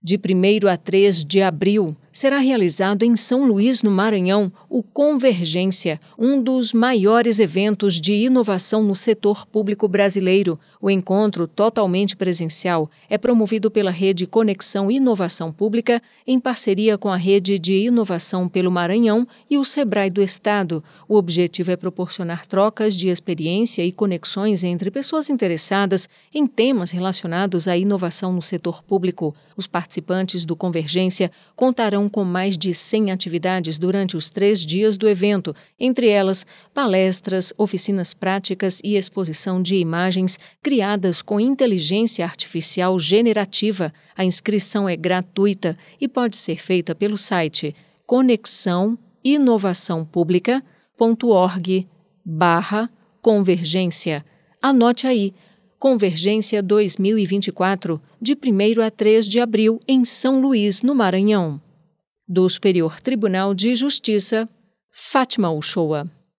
De 1º a 3 de abril, será realizado em São Luís, no Maranhão, o Convergência, um dos maiores eventos de inovação no setor público brasileiro. O encontro, totalmente presencial, é promovido pela Rede Conexão Inovação Pública, em parceria com a Rede de Inovação pelo Maranhão e o Sebrae do Estado. O objetivo é proporcionar trocas de experiência e conexões entre pessoas interessadas em temas relacionados à inovação no setor público. Os participantes do Convergência contarão com mais de 100 atividades durante os 3 dias do evento, entre elas palestras, oficinas práticas e exposição de imagens criadas com inteligência artificial generativa. A inscrição é gratuita e pode ser feita pelo site conexãoinovaçãopublica.org/convergência. Anote aí, Convergência 2024, de 1º a 3 de abril, em São Luís, no Maranhão. Do Superior Tribunal de Justiça, Fátima Uchoa.